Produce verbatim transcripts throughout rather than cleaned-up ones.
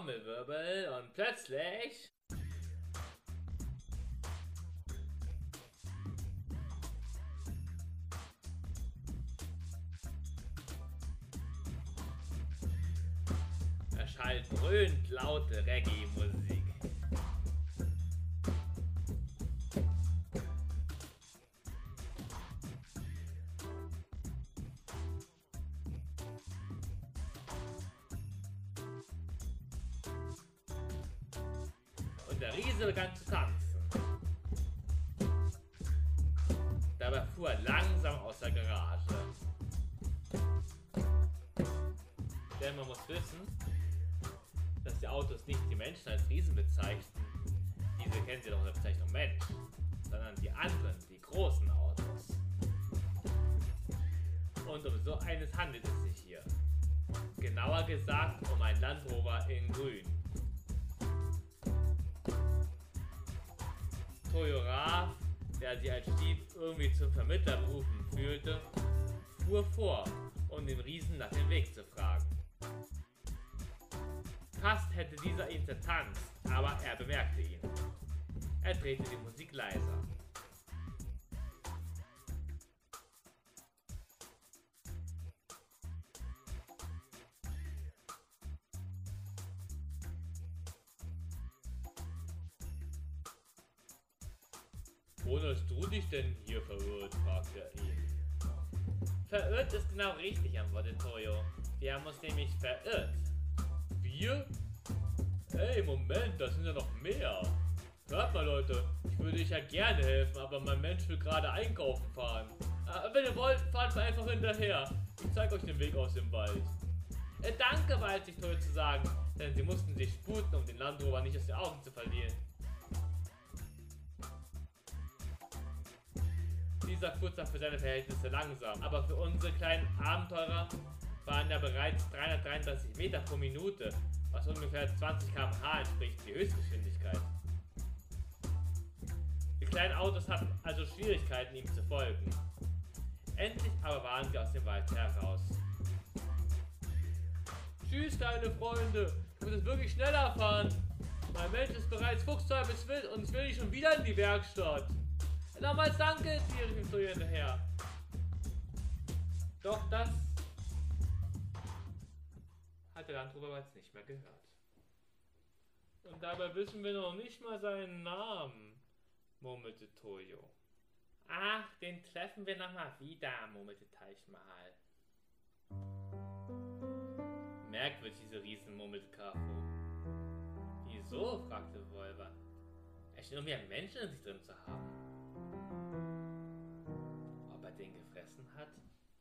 Trommelwirbel und plötzlich... erschallt dröhnt laute Reggae-Musik. Und der Riese begann zu tanzen. Dabei fuhr er langsam aus der Garage. Denn man muss wissen, dass die Autos nicht die Menschen als Riesen bezeichnen. Diese kennen sie doch unter der Bezeichnung Mensch, sondern die anderen, die großen Autos. Und um so eines handelt es sich hier. Genauer gesagt um einen Land Rover in Grün. Toyo Rav, der sich als Dieb irgendwie zum Vermittler berufen fühlte, fuhr vor, um den Riesen nach dem Weg zu fragen. Fast hätte dieser ihn zertanzt, aber er bemerkte ihn. Er drehte die Musik leiser. Wunderst du dich denn hier verirrt? Fragte er ihn. Verirrt ist genau richtig, antwortete Toyo. Wir haben uns nämlich verirrt. Wir? Ey, Moment, das sind ja noch mehr. Hört mal, Leute, ich würde euch ja gerne helfen, aber mein Mensch will gerade einkaufen fahren. Äh, wenn ihr wollt, fahrt mir einfach hinterher. Ich zeige euch den Weg aus dem Wald. Äh, danke, weiß ich Toyo zu sagen, denn sie mussten sich sputen, um den Land Rover nicht aus den Augen zu verlieren. Dieser fuhr zwar für seine Verhältnisse langsam, aber für unsere kleinen Abenteurer waren ja bereits dreihundertdreiunddreißig Meter pro Minute, was ungefähr zwanzig Kilometer pro Stunde entspricht, die Höchstgeschwindigkeit. Die kleinen Autos hatten also Schwierigkeiten, ihm zu folgen. Endlich aber waren sie aus dem Wald heraus. Tschüss, kleine Freunde, du musst wirklich schneller fahren. Mein Mensch ist bereits fuchsteufelswild und ich will nicht schon wieder in die Werkstatt. Nochmals danke, tiere ich ihm so hinterher. Doch das hat der Land Rover jetzt nicht mehr gehört. Und dabei wissen wir noch nicht mal seinen Namen, murmelte Toyo. Ach, den treffen wir nochmal wieder, murmelte Teichmal. Merkwürdig, diese Riesen, murmelte Kafo. Wieso? Fragte Volver. Er schien irgendwie einen Menschen in sich drin zu haben. Ob er den gefressen hat?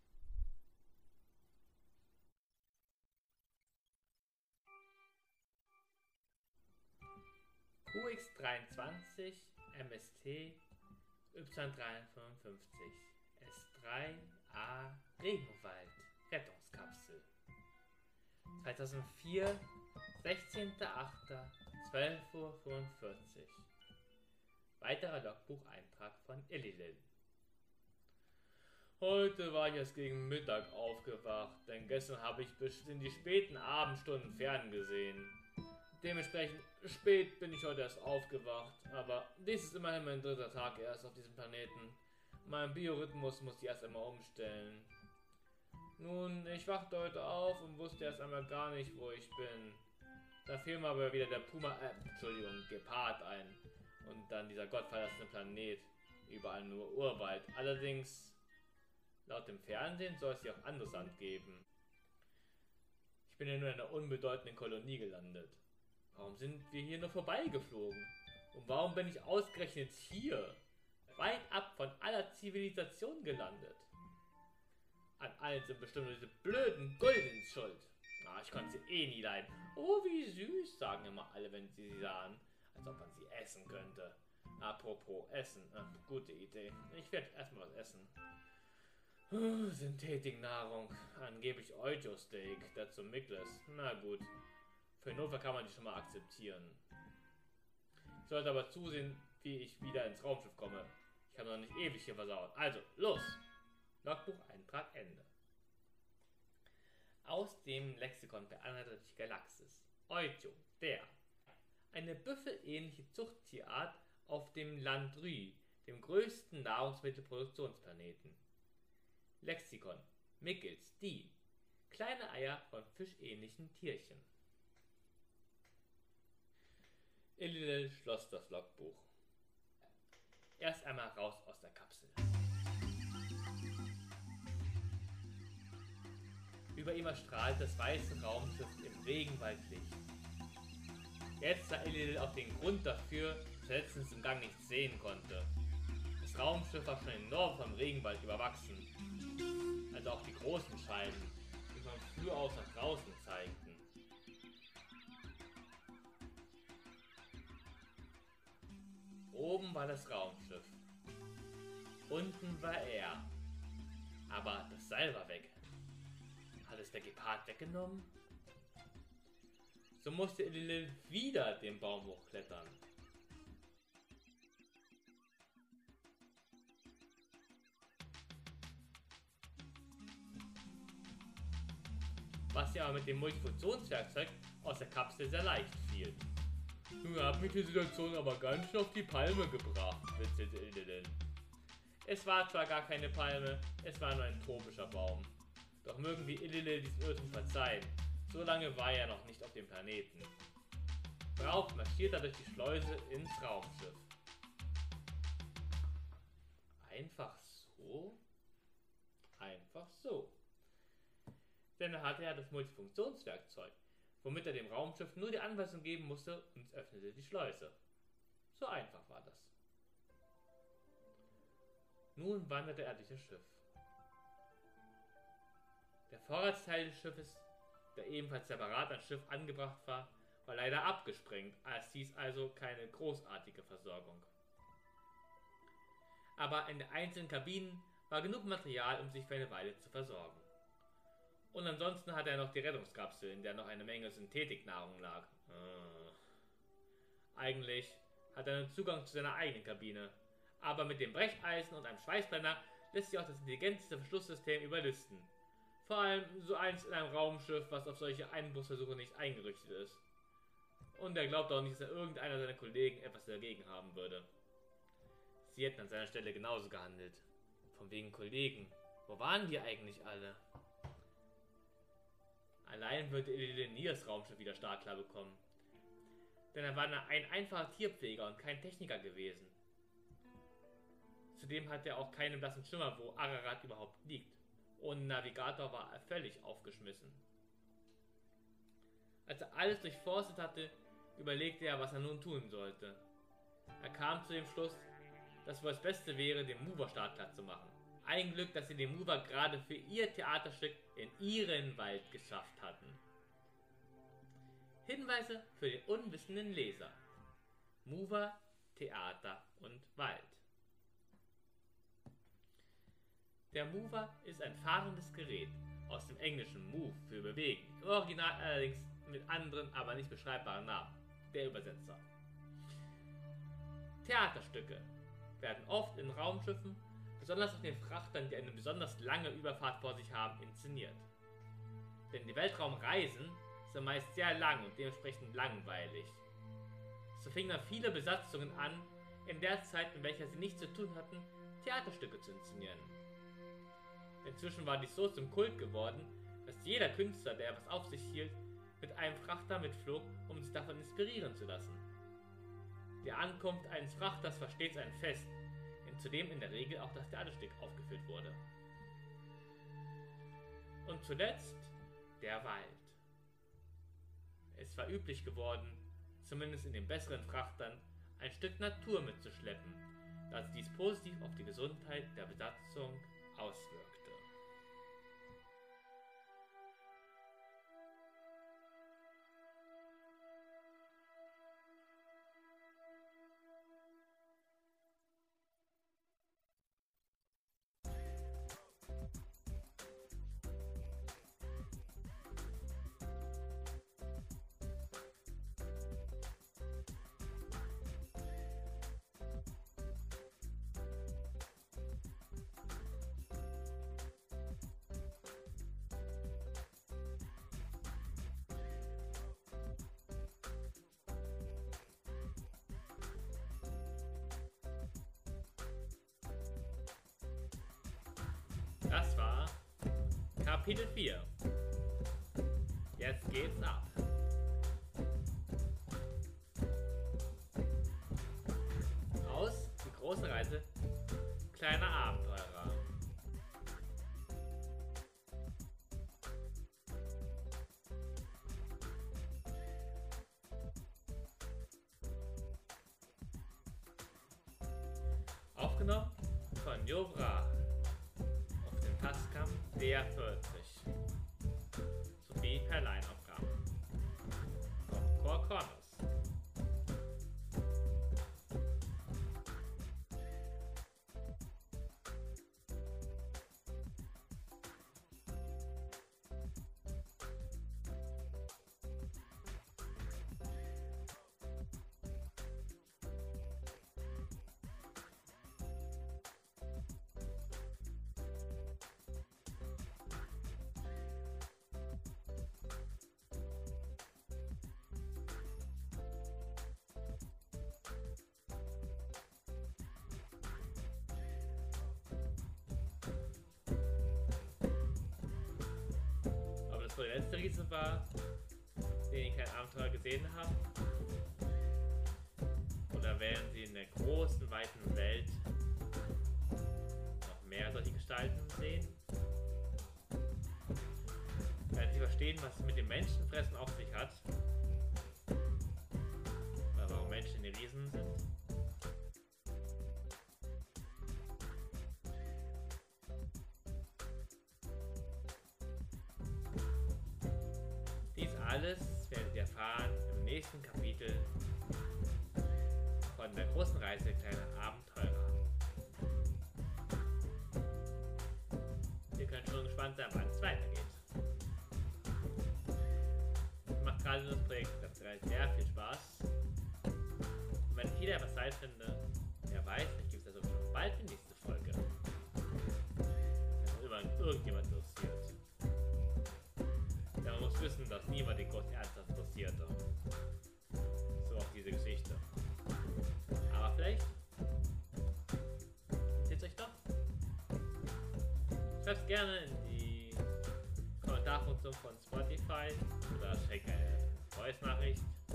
Q X dreiundzwanzig, M S T, Y dreihundertfünfundfünfzig, S drei A Regenwald, Rettungskapsel. zweitausendvier, sechzehnter achter zwölf Uhr fünfundvierzig. Weiterer Logbucheintrag von Illilil. Heute war ich erst gegen Mittag aufgewacht, denn gestern habe ich bis in die späten Abendstunden ferngesehen. Dementsprechend spät bin ich heute erst aufgewacht, aber dies ist immerhin mein dritter Tag erst auf diesem Planeten. Mein Biorhythmus muss ich erst einmal umstellen. Nun, ich wachte heute auf und wusste erst einmal gar nicht, wo ich bin. Da fiel mir aber wieder der Puma, äh, Entschuldigung, Gepard ein. Und dann dieser gottverlassene Planet. Überall nur Urwald. Allerdings, laut dem Fernsehen soll es hier auch anderes Land geben. Ich bin ja nur in einer unbedeutenden Kolonie gelandet. Warum sind wir hier nur vorbeigeflogen? Und warum bin ich ausgerechnet hier? Weit ab von aller Zivilisation gelandet. An allen sind bestimmt diese blöden Guldens schuld. Ah, ich konnte sie eh nie leiden. Oh, wie süß, sagen immer alle, wenn sie sie sahen. Als ob man sie essen könnte. Apropos Essen. Äh, gute Idee. Ich werde erstmal was essen. Uh, Synthetiknahrung. Angeblich Ojo-Steak. Dazu Miklas. Na gut. Für den Notfall kann man die schon mal akzeptieren. Ich sollte aber zusehen, wie ich wieder ins Raumschiff komme. Ich habe noch nicht ewig hier versaut. Also, los! Logbucheintrag Ende. Aus dem Lexikon der Anhalter Galaxis. Ojo. Der. Eine büffelähnliche Zuchttierart auf dem Landry, dem größten Nahrungsmittelproduktionsplaneten. Lexikon. Mickels, die. Kleine Eier von fischähnlichen Tierchen. Illidel schloss das Logbuch. Erst einmal raus aus der Kapsel. Über ihm erstrahlt das weiße Raumschiff im Regenwaldlicht. Jetzt sah Illidel auch den Grund dafür, dass er letztens im Gang nichts sehen konnte. Das Raumschiff war schon enorm vom Regenwald überwachsen. Also auch die großen Scheiben, die von Flur aus nach draußen zeigten. Oben war das Raumschiff. Unten war er. Aber das Seil war weg. Hat es der Gepard weggenommen? So musste Illidel wieder den Baum hochklettern. Was ja aber mit dem Multifunktionswerkzeug aus der Kapsel sehr leicht fiel. Nun hat mich die Situation aber ganz schön auf die Palme gebracht, witzelte Illidel. Es war zwar gar keine Palme, es war nur ein tropischer Baum. Doch mögen wir Illidel diesen Irrtum verzeihen, so lange war er noch nicht auf dem Planeten. Brauf marschiert er durch die Schleuse ins Raumschiff. Einfach so? Einfach so. Denn er hatte ja das Multifunktionswerkzeug, womit er dem Raumschiff nur die Anweisung geben musste und es öffnete die Schleuse. So einfach war das. Nun wanderte er durch das Schiff. Der Vorratsteil des Schiffes, der ebenfalls separat ans Schiff angebracht war, war leider abgesprengt, es hieß also keine großartige Versorgung. Aber in den einzelnen Kabinen war genug Material, um sich für eine Weile zu versorgen. Und ansonsten hatte er noch die Rettungskapsel, in der noch eine Menge Synthetiknahrung lag. Äh. Eigentlich hat er nur Zugang zu seiner eigenen Kabine, aber mit dem Brecheisen und einem Schweißbrenner lässt sich auch das intelligenteste Verschlusssystem überlisten. Vor allem so eins in einem Raumschiff, was auf solche Einbruchsversuche nicht eingerichtet ist. Und er glaubt auch nicht, dass er irgendeiner seiner Kollegen etwas dagegen haben würde. Sie hätten an seiner Stelle genauso gehandelt. Von wegen Kollegen. Wo waren die eigentlich alle? Allein würde Illidel nie das Raumschiff wieder startklar bekommen. Denn er war ein einfacher Tierpfleger und kein Techniker gewesen. Zudem hatte er auch keinen blassen Schimmer, wo Ararat überhaupt liegt. Ohne Navigator war er völlig aufgeschmissen. Als er alles durchforstet hatte, überlegte er, was er nun tun sollte. Er kam zu dem Schluss, dass wohl das Beste wäre, den Mover startklar zu machen. Ein Glück, dass sie den Mover gerade für ihr Theaterstück in ihren Wald geschafft hatten. Hinweise für den unwissenden Leser. Mover, Theater und Wald. Der Mover ist ein fahrendes Gerät, aus dem englischen Move für bewegen, im Original allerdings mit anderen, aber nicht beschreibbaren Namen, der Übersetzer. Theaterstücke werden oft in Raumschiffen, besonders auf den Frachtern, die eine besonders lange Überfahrt vor sich haben, inszeniert. Denn die Weltraumreisen sind meist sehr lang und dementsprechend langweilig. So fingen dann viele Besatzungen an, in der Zeit, in welcher sie nichts zu tun hatten, Theaterstücke zu inszenieren. Inzwischen war dies so zum Kult geworden, dass jeder Künstler, der etwas auf sich hielt, mit einem Frachter mitflog, um sich davon inspirieren zu lassen. Die Ankunft eines Frachters war stets ein Fest, in zu dem in der Regel auch das Theaterstück aufgeführt wurde. Und zuletzt der Wald. Es war üblich geworden, zumindest in den besseren Frachtern, ein Stück Natur mitzuschleppen, da sich dies positiv auf die Gesundheit der Besatzung auswirkte. Das war Kapitel vier. Jetzt geht's ab. Aus Die große Reise kleiner Abenteurer. Aufgenommen von Jovra auf dem Tascam D R vierzig sowie per Line-Aufgabe auf Core Corners. So, der letzte Riese war, den ich kein Abenteuer gesehen habe. Oder werden Sie in der großen, weiten Welt noch mehr solche Gestalten sehen? Werden Sie verstehen, was es mit dem Menschenfressen auf sich hat? Oder warum Menschen die Riesen sind? Alles werdet ihr erfahren im nächsten Kapitel von der großen Reise kleiner Abenteurer. Ihr könnt schon gespannt sein, wann es weitergeht. Es macht gerade das Projekt ganz sehr viel Spaß. Und wenn ich wieder etwas Zeit finde, wer weiß, vielleicht gibt es ja sogar schon bald die nächste Folge. Wenn immer irgendjemand interessiert. Man muss wissen, dass niemand den Gott ernsthaft interessierte. So auch diese Geschichte. Aber vielleicht interessiert euch doch. Schreibt gerne in die Kommentarfunktion von Spotify oder schickt eine Voice-Nachricht.